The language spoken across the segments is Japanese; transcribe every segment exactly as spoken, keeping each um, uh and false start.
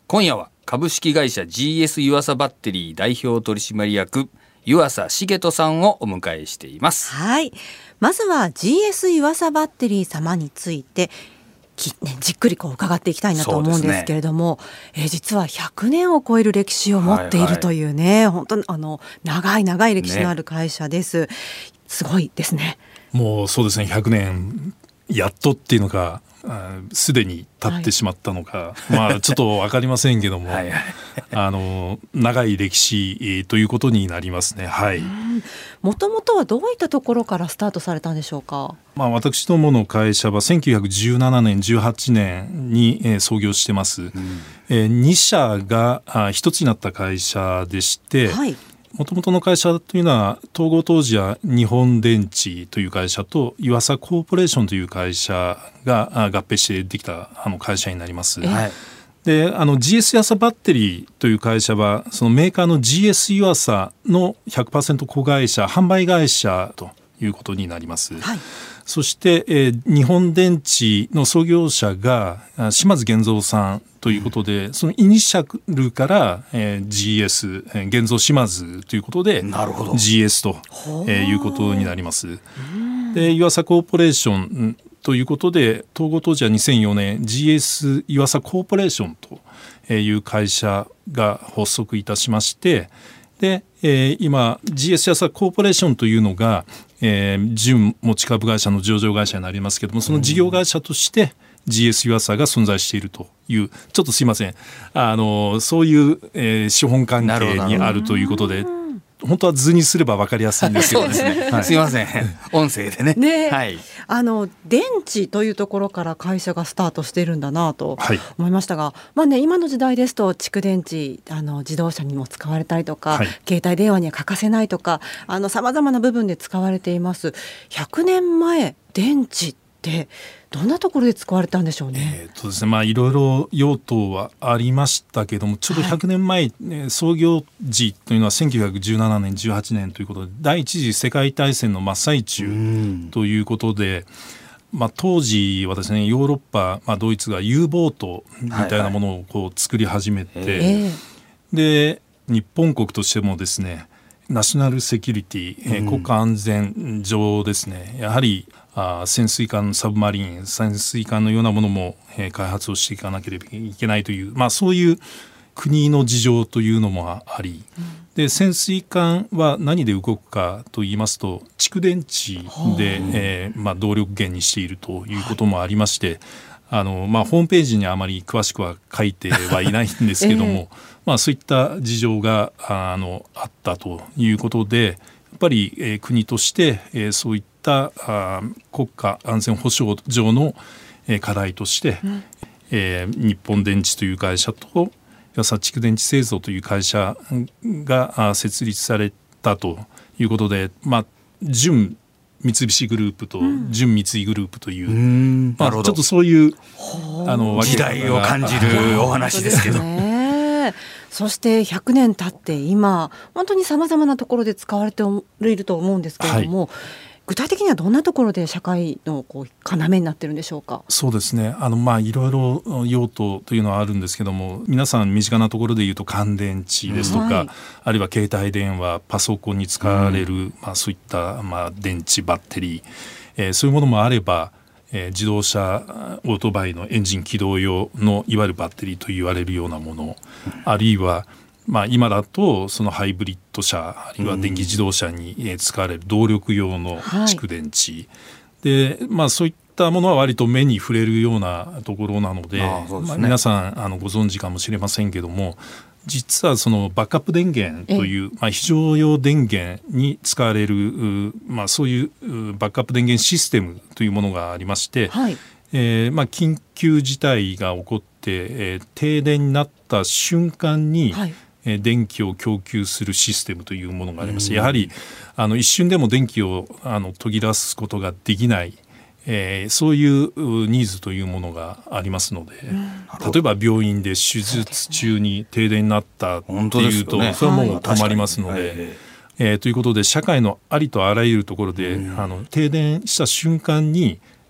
今夜は株式会社 ジーエス 湯浅バッテリー代表取締役湯浅茂人さんをお迎えしています。 はい、まずは ジーエス 湯浅バッテリー様についてき、ね、じっくりこう伺っていきたいなと思うんですけれども、ねえー、実はひゃくねんを超える歴史を持っているというね、はいはい、本当にあの長い長い歴史のある会社です、ね、すごいですね。 もうそうですね、ひゃくねんやっとっていうのかすでに経ってしまったのか、はい、まあちょっと分かりませんけどもはい、はい、あの長い歴史ということになりますね。はい。 もともとはどういったところからスタートされたんでしょうか。 まあ、私どもの会社はせんきゅうひゃくじゅうななねんじゅうはちねんに、えー、創業してます、うんえー、に社が一つになった会社でして、はいもともとの会社というのは統合当時は日本電池という会社と湯浅コーポレーションという会社が合併してできたあの会社になります。はい、であの ジーエス 湯浅バッテリーという会社はそのメーカーの ジーエス 湯浅の ひゃくパーセント 子会社販売会社ということになります。はい、そして、えー、日本電池の創業者が島津源三さんということで、うん、そのイニシャルから、えー、ジーエス 源三島津ということで ジーエス と、えー、いうことになります。で湯浅コーポレーションということで統合当時はにせんよねん ジーエス 湯浅コーポレーションという会社が発足いたしましてで、えー、今 ジーエス 湯浅コーポレーションというのが、えー、準持ち株会社の上場会社になりますけどもその事業会社として、うんジーエス 湯浅が存在しているというちょっとすいませんあのそういう、えー、資本関係にあるということで本当は図にすれば分かりやすいんですけどそうですね、はい、すいません音声で ね, ね、 はい、 あの電池というところから会社がスタートしているんだなと思いましたが、はいまあね、今の時代ですと蓄電池あの自動車にも使われたりとか、はい、携帯電話には欠かせないとかさまざまな部分で使われています。ひゃくねんまえ電池ってどんなところで使われたんでしょうね。 えーとですねまあ、いろいろ用途はありましたけどもちょうどひゃくねんまえ、はいね、創業時というのはせんきゅうひゃくじゅうななねんじゅうはちねんということで第一次世界大戦の真っ最中ということで、まあ、当時はですねヨーロッパ、まあ、ドイツが U ボートみたいなものをこう作り始めて、はいはい、で日本国としてもですねナショナルセキュリティ、えー、国家安全上ですねやはりあ潜水艦サブマリン潜水艦のようなものも、えー、開発をしていかなければいけないという、まあ、そういう国の事情というのもあり、うん、で潜水艦は何で動くかといいますと蓄電池で、えーまあ、動力源にしているということもありまして、はいあのまあ、ホームページにあまり詳しくは書いてはいないんですけども、えーまあ、そういった事情が あのあったということでやっぱり、えー、国として、えー、そういったあ国家安全保障上の、えー、課題として、うんえー、日本電池という会社と湯浅蓄電池製造という会社が設立されたということで、まあ、準三菱グループと準三井グループという、うんまあ、ちょっとそういうあの時代を感じるお話ですけどそしてひゃくねん経って今本当にさまざまなところで使われていると思うんですけれども、はい、具体的にはどんなところで社会のこう要になってるんでしょうか。 そうですねあの、まあ、いろいろ用途というのはあるんですけども皆さん身近なところでいうと乾電池ですとか、はい、あるいは携帯電話パソコンに使われる、うんまあ、そういった、まあ、電池バッテリー、えー、そういうものもあればえー、自動車オートバイのエンジン起動用のいわゆるバッテリーと言われるようなもの、うん、あるいは、まあ、今だとそのハイブリッド車あるいは電気自動車に使われる動力用の蓄電池、はいでまあ、そういったものは割と目に触れるようなところなの で, ああそうですねまあ、皆さんあのご存知かもしれませんけども実はそのバックアップ電源という、まあ、非常用電源に使われる、まあ、そういうバックアップ電源システムというものがありまして、はいえーまあ、緊急事態が起こって、えー、停電になった瞬間に、はいえー、電気を供給するシステムというものがあります。やはりあの一瞬でも電気をあの途切らすことができないえー、そういうニーズというものがありますので、うん、例えば病院で手術中に停電になったっていうと、ね、それはもう困りますので、はいえー、ということで社会のありとあらゆるところで、うん、あの停電した瞬間に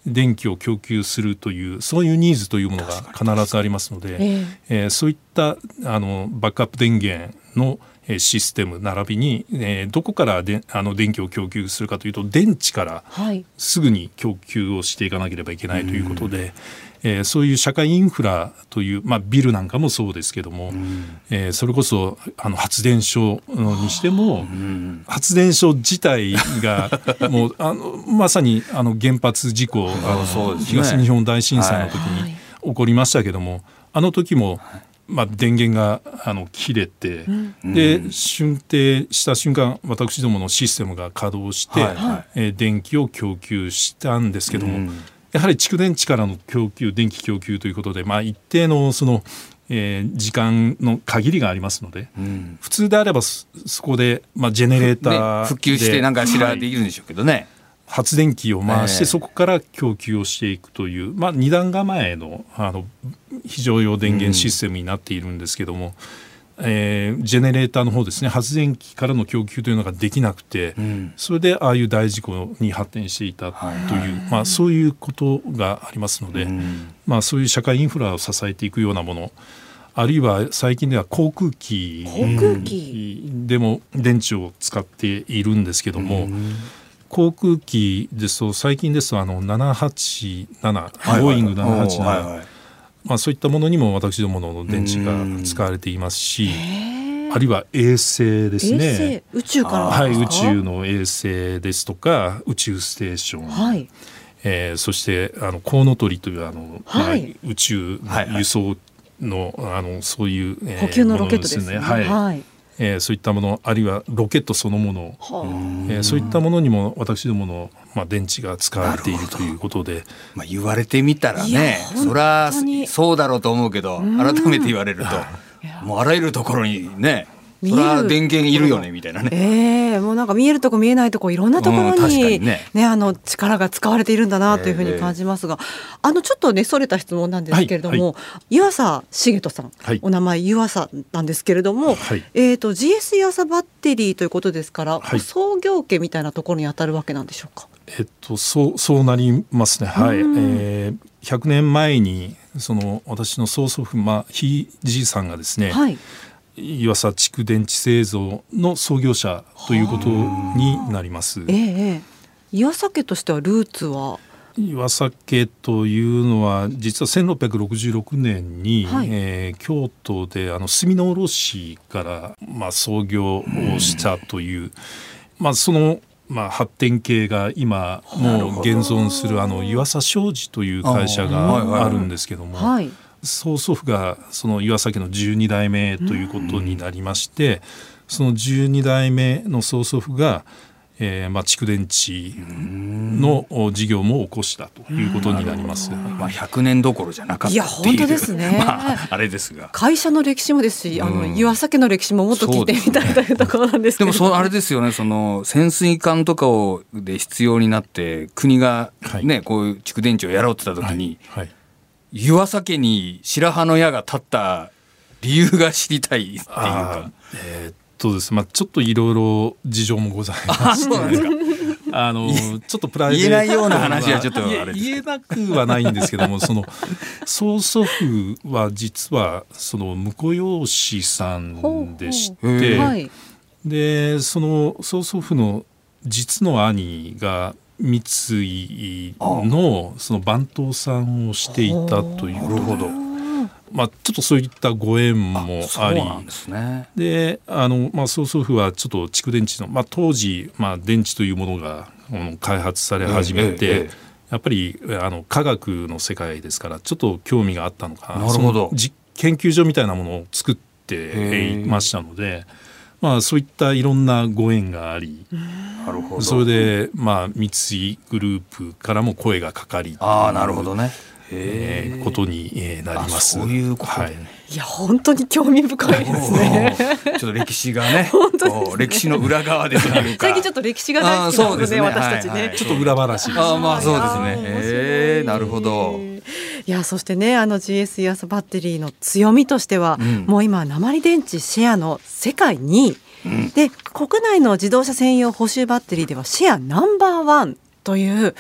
電気を供給するというそういうニーズというものが必ずありますので、えーえー、そういったあのバックアップ電源のシステム並びに、えー、どこからであの電気を供給するかというと電池からすぐに供給をしていかなければいけないということで、はい、えー、そういう社会インフラという、まあ、ビルなんかもそうですけども、えー、それこそあの発電所にしても発電所自体がもうあのまさにあの原発事故、あの、ね、東日本大震災の時に起こりましたけども、はい、あの時もまあ、電源があの切れて、うん、で瞬停した瞬間私どものシステムが稼働して、はいはい、えー、電気を供給したんですけども、うん、やはり蓄電池からの供給電気供給ということで、まあ、一定のその、えー、時間の限りがありますので、うん、普通であれば そ, そこで、まあ、ジェネレーターで、 ね、復旧して何かしらできるんでしょうけどね、はい、 発電機を回してそこから供給をしていくという、まあ、二段構え の, あの非常用電源システムになっているんですけども、うん、えー、ジェネレーターの方ですね、発電機からの供給というのができなくて、うん、それでああいう大事故に発展していたという、はいはい、まあ、そういうことがありますので、うん、まあ、そういう社会インフラを支えていくようなもの、あるいは最近では航空機でも電池を使っているんですけども、うん、航空機ですと最近ですとあのななはちなな、はいはい、ボーイングななはちなな、はいはい、まあ、そういったものにも私どもの電池が使われていますし、あるいは衛星ですね、 衛星、宇宙からですか？ はい、宇宙の衛星ですとか宇宙ステーション、はい、えー、そしてあのコウノトリというあの、はい、まあ、宇宙輸送の、はいはい、あのそういう、えー、 補給のロケットですね、 はいはい、えー、そういったもの、あるいはロケットそのもの、えー、そういったものにも私どもの、まあ、電池が使われているということで、 まあ、言われてみたらね、そりゃそうだろうと思うけど、改めて言われるともうあらゆるところにね、そりゃ電源いるよねみたいなね、 えー、もうなんか見えるとこ見えないとこいろんなところに、うん、ねね、あの力が使われているんだなというふうに感じますが、えー、あのちょっとねそれた質問なんですけれども、はいはい、湯浅茂人さん、はい、お名前湯浅なんですけれども、はい、えー、と ジーエス 湯浅バッテリーということですから、はい、創業家みたいなところに当たるわけなんでしょうか？ えっと、そうそうなりますね、はい、えー、ひゃくねんまえにその私の曽祖父、まあ、ひいじいさんがですね、はい、湯浅蓄電池製造の創業者ということになります。 ええ、湯浅家としてはルーツは？ 湯浅家というのは実はせんろっぴゃくろくじゅうろくねんに、はい、えー、京都であの墨の卸から、まあ、創業をしたという、まあ、そのまあ、発展系が今もう現存するあの湯浅商事という会社があるんですけども、はい、曽祖父がその湯浅家のじゅうにだいめということになりまして、そのじゅうにだいめの曽祖父が、えーまあ、蓄電池の事業も起こしたということになります。 まあ、ひゃくねんどころじゃなかったっていう、いや本当ですね、 まあ、あれですが会社の歴史もですし、あの湯浅家の歴史ももっと聞いてみたいというところなんですけど、 でもそあれですよね、その潜水艦とかをで必要になって国が、ね、はい、こういう蓄電池をやろうって言った時に、はいはい、湯浅家に白羽の矢が立った理由が知りたいっていうか、 えーそうです、まあ、ちょっといろいろ事情もございまして、 そうなんですかあのちょっとプライベート言えないような話はちょっとあれです言えなくはないんですけども、その曽祖父は実はその婿養子さんでして、はい、でその曽祖父の実の兄が三井のその番頭さんをしていたということで、なるほど、まあ、ちょっとそういったご縁もあり、 あ、ですね、 であの、まあ、曽祖父はちょっと蓄電池の、まあ、当時、まあ、電池というものが開発され始めて、ええええ、やっぱりあの科学の世界ですからちょっと興味があったのか、 なるほど、 実研究所みたいなものを作っていましたので、まあ、そういったいろんなご縁があり、 なるほど、 それで、まあ、三井グループからも声がかかり、 あ、なるほどね、 えー、ことになります。 そういうこと、 はい、 いや本当に興味深いですねちょっと歴史がね本当ですね、 歴史の裏側ですね最近ちょっと歴史が大好きなので、ね、私たちね、はいはい、 ちょっと裏話です。 あ、まあ、そうですね、えー、なるほど。 いやそしてね、あの ジーエス 湯浅バッテリーの強みとしては、うん、もう今鉛電池シェアの世界にい、うん、で国内の自動車専用補修バッテリーではシェアナンバーワンという、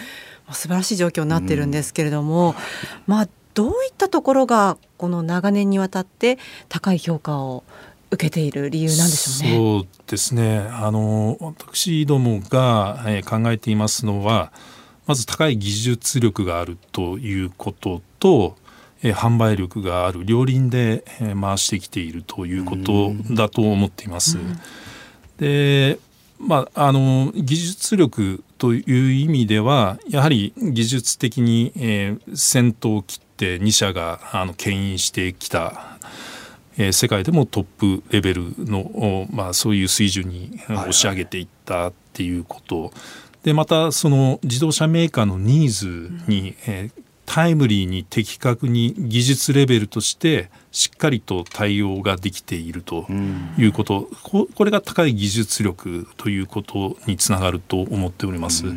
素晴らしい状況になってるんですけれども、うん、まあどういったところがこの長年にわたって高い評価を受けている理由なんでしょうね。 そうですね、あの私どもが、えー、考えていますのは、まず高い技術力があるということと、えー、販売力がある両輪で、えー、回してきているということだと思っています。うん、で、まあ、あの技術力という意味ではやはり技術的に、えー、先頭を切ってに社があの牽引してきた、えー、世界でもトップレベルの、まあ、そういう水準に押し上げていったっていうこと、はいはい、でまたその自動車メーカーのニーズに、うんえータイムリーに的確に技術レベルとしてしっかりと対応ができているということ、うん、これが高い技術力ということにつながると思っております。うん、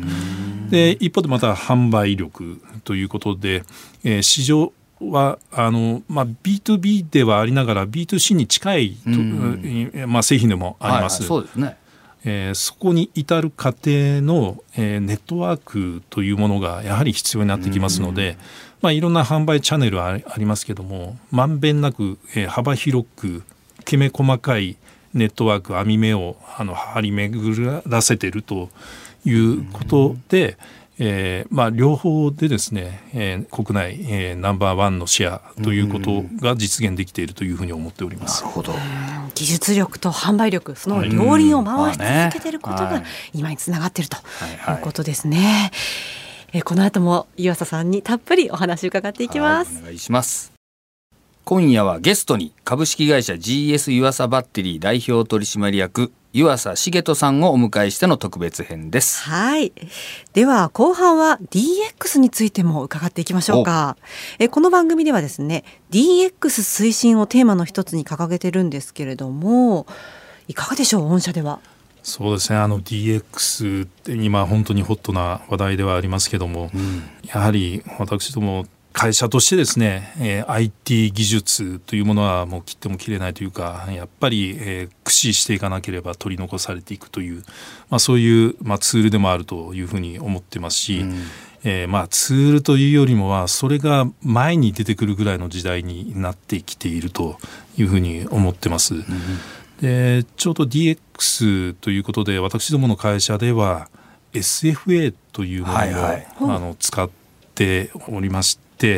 で一方でまた販売力ということで、えー、市場はあの、まあ、ビーツービー ではありながら ビーツーシー に近いと、うんまあ、製品でもあります。 はいはい、そうですね。 えー、そこに至る過程の、えー、ネットワークというものがやはり必要になってきますので、まあ、いろんな販売チャンネルはありますけども、まんべんなく、えー、幅広くきめ細かいネットワーク網目をあの張り巡らせているということで、えーまあ、両方でですね、えー、国内、えー、ナンバーワンのシェアということが実現できているというふうに思っております。 なるほど。 技術力と販売力、その両輪を回し続けていることが今につながっているということですね。はいはいはい、えー、この後も湯浅さんにたっぷりお話を伺っていきます。 はい、お願いします。今夜はゲストに株式会社 ジーエス 湯浅バッテリー代表取締役湯浅茂人さんをお迎えしての特別編です。 はい。では後半は ディーエックス についても伺っていきましょうか。えこの番組ではですね ディーエックス 推進をテーマの一つに掲げてるんですけれども、いかがでしょう、御社では。 そうですね、あの ディーエックス って今本当にホットな話題ではありますけども、うん、やはり私ども会社としてですね、えー、アイティー 技術というものはもう切っても切れないというか、やっぱり、えー、駆使していかなければ取り残されていくという、まあ、そういう、まあ、ツールでもあるというふうに思ってますし、うんえーまあ、ツールというよりもはそれが前に出てくるぐらいの時代になってきているというふうに思ってます。うん、でちょうど ディーエックス ということで私どもの会社では エスエフエー というものを、はいはい、あの使っておりまして、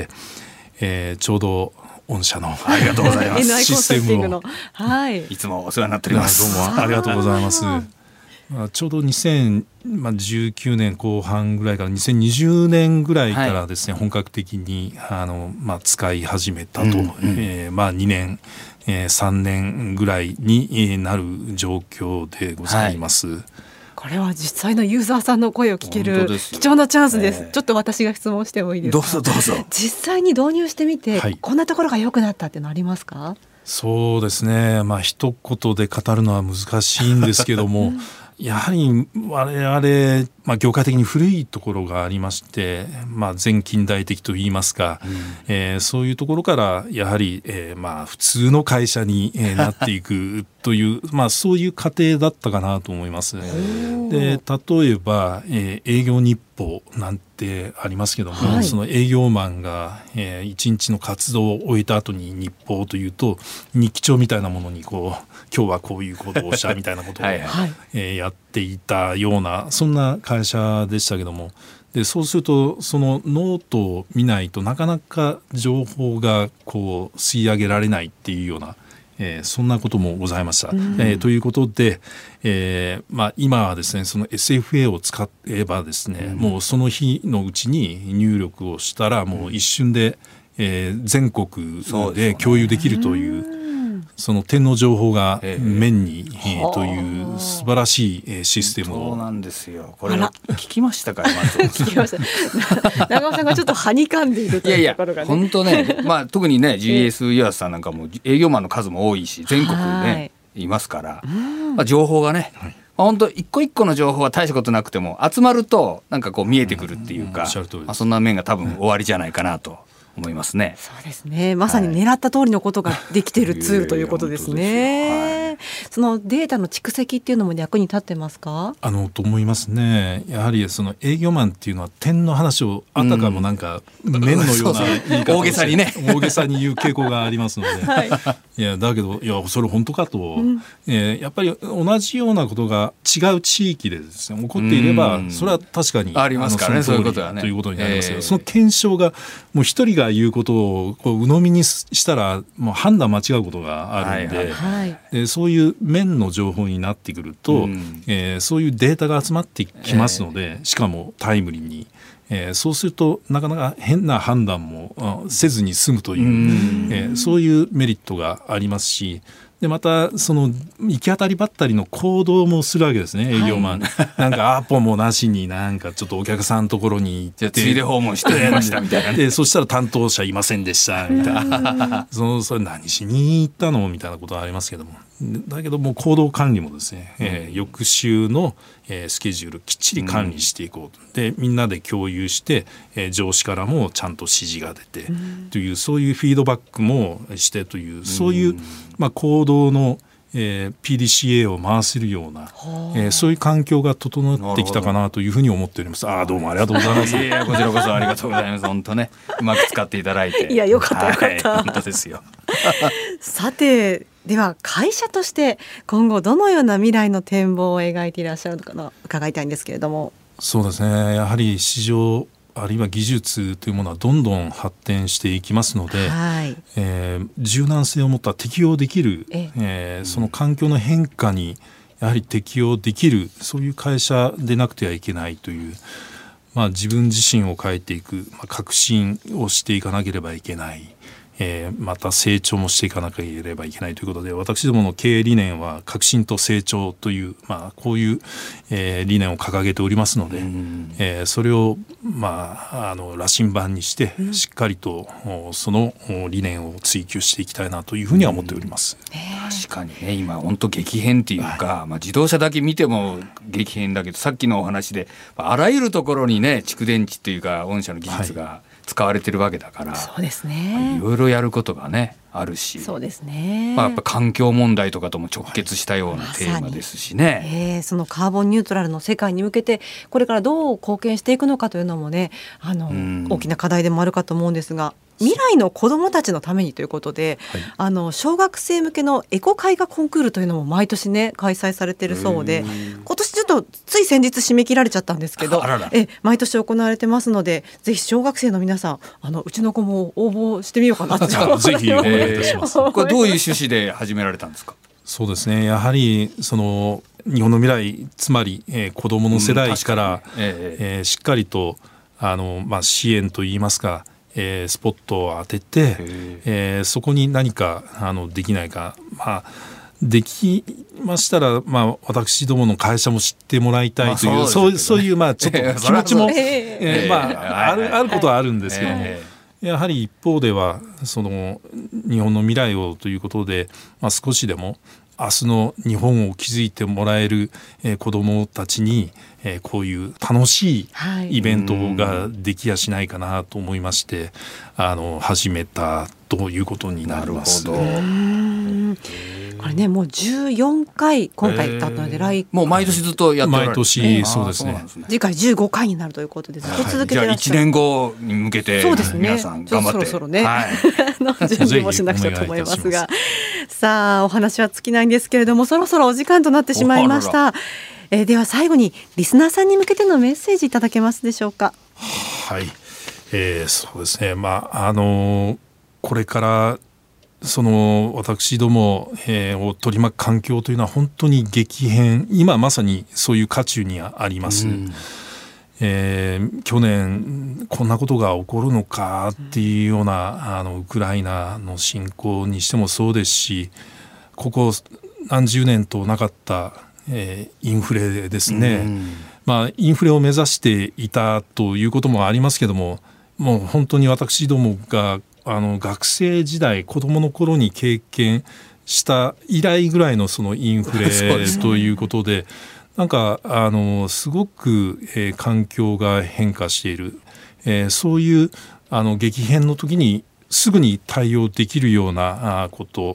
えー、ちょうど御社のありがとうございますシステムを、 はい、 いつもお世話になっております。 どうもありがとうございます。まあ、ちょうどにせんじゅうきゅうねんこう半ぐらいからにせんにじゅうねんぐらいからですね、はい、本格的にあの、まあ、使い始めたと、うんうんえーまあ、にねん、えー、さんねんぐらいになる状況でございます。はい、 これは実際のユーザーさんの声を聞ける貴重なチャンスです。えー、ちょっと私が質問してもいいですか。 どうぞどうぞ。 実際に導入してみて、はい、こんなところが良くなったってのありますか。 そうですね、まあ一言で語るのは難しいんですけども、うんやはり我々、まあ、業界的に古いところがありまして、まあ、前近代的といいますか、うんえー、そういうところからやはり、えーまあ、普通の会社に、えー、なっていくという、まあ、そういう過程だったかなと思います。で例えば、えー、営業日報なんてありますけども、はい、その営業マンが、えー、一日の活動を終えた後に日報というと日記帳みたいなものにこう今日はこういうことをしたみたいなことをはい、えー、やっていたようなそんな会社でしたけども、でそうするとそのノートを見ないとなかなか情報がこう吸い上げられないっていうような、えー、そんなこともございました。うんえー、ということで、えーまあ、今はですねその エスエフエー を使えばですね、うん、もうその日のうちに入力をしたらもう一瞬で、えー、全国で共有できるという。その点の情報が面に、えー、という素晴らしいシステムを。 そうなんですよ。これ聞きましたか。聞きました長尾さんがちょっとはにかんでいるというところがね。 本当ね、まあ、特にね ジーエス ユアスさんなんかも営業マンの数も多いし全国にねいますから、まあ、情報がね、はいまあ、本当一個一個の情報は大したことなくても集まるとなんかこう見えてくるっていうか、うんうんまあ、そんな面が多分終わりじゃないかなと思いますね。 そうですね。まさに狙った通りのことができているツールということですね。はい、 そのデータの蓄積っていうのも役に立ってますか？ あのと思いますね。やはりその営業マンっていうのは点の話をあたかもなんか面のような言い方を大げさにね大げさに言う傾向がありますので、はい、いやだけどいやそれ本当かと、うんえー、やっぱり同じようなことが違う地域でですね起こっていればそれは確かにありますからね、そういうことはねということになりますけど、えー、その検証がもう一人が言うことをこう鵜呑みにしたらもう判断間違うことがあるんで、はいはい、でそういう面の情報になってくると、うんえー、そういうデータが集まってきますので、えー、しかもタイムリーに、えー、そうするとなかなか変な判断もせずに済むという、うんえー、そういうメリットがありますし、でまたその行き当たりばったりの行動もするわけですね、営業マン、はい、なんかアポもなしになんかちょっとお客さんのところに行ってじゃあついで訪問してましたみたいなでそしたら担当者いませんでしたみたいなそのそれ何しに行ったのみたいなことはありますけども、だけども行動管理もですね、えー、翌週の、えー、スケジュールきっちり管理していこうと、うん、でみんなで共有して、えー、上司からもちゃんと指示が出て、うん、というそういうフィードバックもしてというそういう、まあ、行動の、えー、ピーディーシーエー を回せるような、えー、そういう環境が整ってきたかなというふうに思っております。あどうもありがとうございます。 いやこちらこそありがとうございます。本当ねうまく使っていただいていやよかったよかった、 はい、本当ですよさてでは会社として今後どのような未来の展望を描いていらっしゃるのかな伺いたいんですけれども。 そうですね、やはり市場あるいは技術というものはどんどん発展していきますので、はいえー、柔軟性を持った適応できる、ええー、その環境の変化にやはり適応できるそういう会社でなくてはいけないという、まあ、自分自身を変えていく、まあ、革新をしていかなければいけない、えー、また成長もしていかなければいけないということで、私どもの経営理念は革新と成長という、まあ、こういう、えー、理念を掲げておりますので、えー、それを、まあ、あの羅針盤にしてしっかりとその理念を追求していきたいなというふうには思っております。 確かにね今本当激変っていうか、はいまあ、自動車だけ見ても激変だけどさっきのお話であらゆるところにね蓄電池っていうか御社の技術が、はい使われてるわけだから、 そうですね、 いろいろやることがねあるし、 そうですね、 まあ、やっぱ環境問題とかとも直結したようなテーマですしね、 まえー、そのカーボンニュートラルの世界に向けてこれからどう貢献していくのかというのもねあの大きな課題でもあるかと思うんですが、未来の子どもたちのためにということで、はい、あの小学生向けのエコ絵画コンクールというのも毎年ね開催されているそうで、今年ちょっとつい先日締め切られちゃったんですけど、あららえ毎年行われてますので、ぜひ小学生の皆さんあのうちの子も応募してみようかなとぜひお願いいたします。 これどういう趣旨で始められたんですか？ そうですね、やはりその日本の未来つまり、えー、子どもの世代から、うんえーえー、しっかりとあの、まあ、支援といいますかえー、スポットを当てて、えー、そこに何かあのできないか、まあ、できましたら、まあ、私どもの会社も知ってもらいたいという、まあ、そう、ね、そういう、まあ、ちょっと気持ちも、えーえーまあ、ある、あることはあるんですけども、えー、やはり一方ではその日本の未来をということで、まあ、少しでも明日の日本を築いてもらえる、えー、子どもたちに、えー、こういう楽しいイベントができやしないかなと思いまして、はい、あの始めたということになります。 なるほど。うんこれねもうじゅうよんかい今回だったので、えー、来もう毎年ずっとやっておられる。 毎年そうですね。 次回じゅうごかいになるということでずっと続けてらっしゃる、はい、 じゃあいちねんごに向けて皆さん頑張って、ね、 そろそろね、はい、準備もしなくちゃと思いますがさあお話は尽きないんですけれどもそろそろお時間となってしまいました。えー、では最後にリスナーさんに向けてのメッセージいただけますでしょうか？ はい、えー、そうですね、まああのー、これからその私ども、えー、を取り巻く環境というのは本当に激変、今まさにそういう渦中にあります。うんえー、去年こんなことが起こるのかっていうようなあのウクライナの侵攻にしてもそうですし、ここ何十年となかった、えー、インフレですね、うんまあ、インフレを目指していたということもありますけども、もう本当に私どもがあの学生時代子どもの頃に経験した以来ぐらいのそのインフレということでなんかあのすごく、えー、環境が変化している、えー、そういうあの激変の時にすぐに対応できるようなこと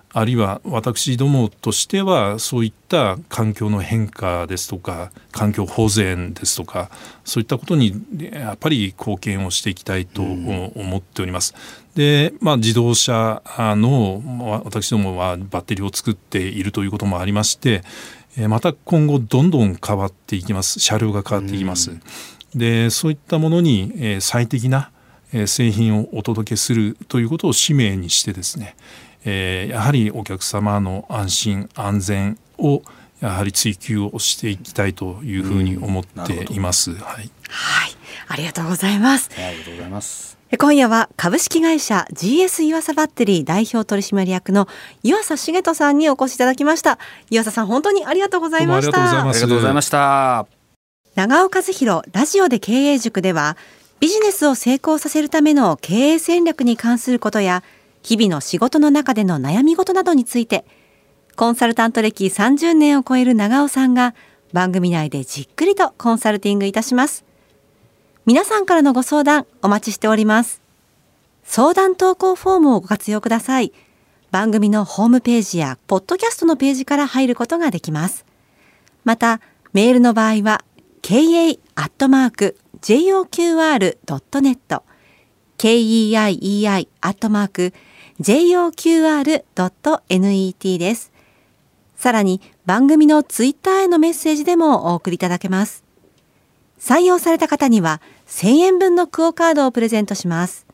あるいは私どもとしてはそういった環境の変化ですとか環境保全ですとかそういったことにやっぱり貢献をしていきたいと思っております。で、まあ、自動車の私どもはバッテリーを作っているということもありましてまた今後どんどん変わっていきます。車両が変わっていきます。でそういったものに最適な製品をお届けするということを使命にしてですねえー、やはりお客様の安心安全をやはり追求をしていきたいというふうに思っています。はい、 はい、ありがとうございます。 ありがとうございます。 今夜は株式会社 ジーエス 岩佐バッテリー代表取締役の岩佐茂人さんにお越しいただきました。岩佐さん、本当にありがとうございました。 ありがとうございました。 長尾和弘ラジオで経営塾ではビジネスを成功させるための経営戦略に関することや日々の仕事の中での悩み事などについてコンサルタント歴さんじゅうねんを超える長尾さんが番組内でじっくりとコンサルティングいたします。皆さんからのご相談お待ちしております。相談投稿フォームをご活用ください。番組のホームページやポッドキャストのページから入ることができます。またメールの場合は ケーエー アットマーク ジェイオーキューアール ドットネット ケーイーアイイーアイ アットマーク ジェイオーキューアール ドットネット です。さらに番組のツイッターへのメッセージでもお送りいただけます。採用された方にはせんえんぶんのクオカードをプレゼントします。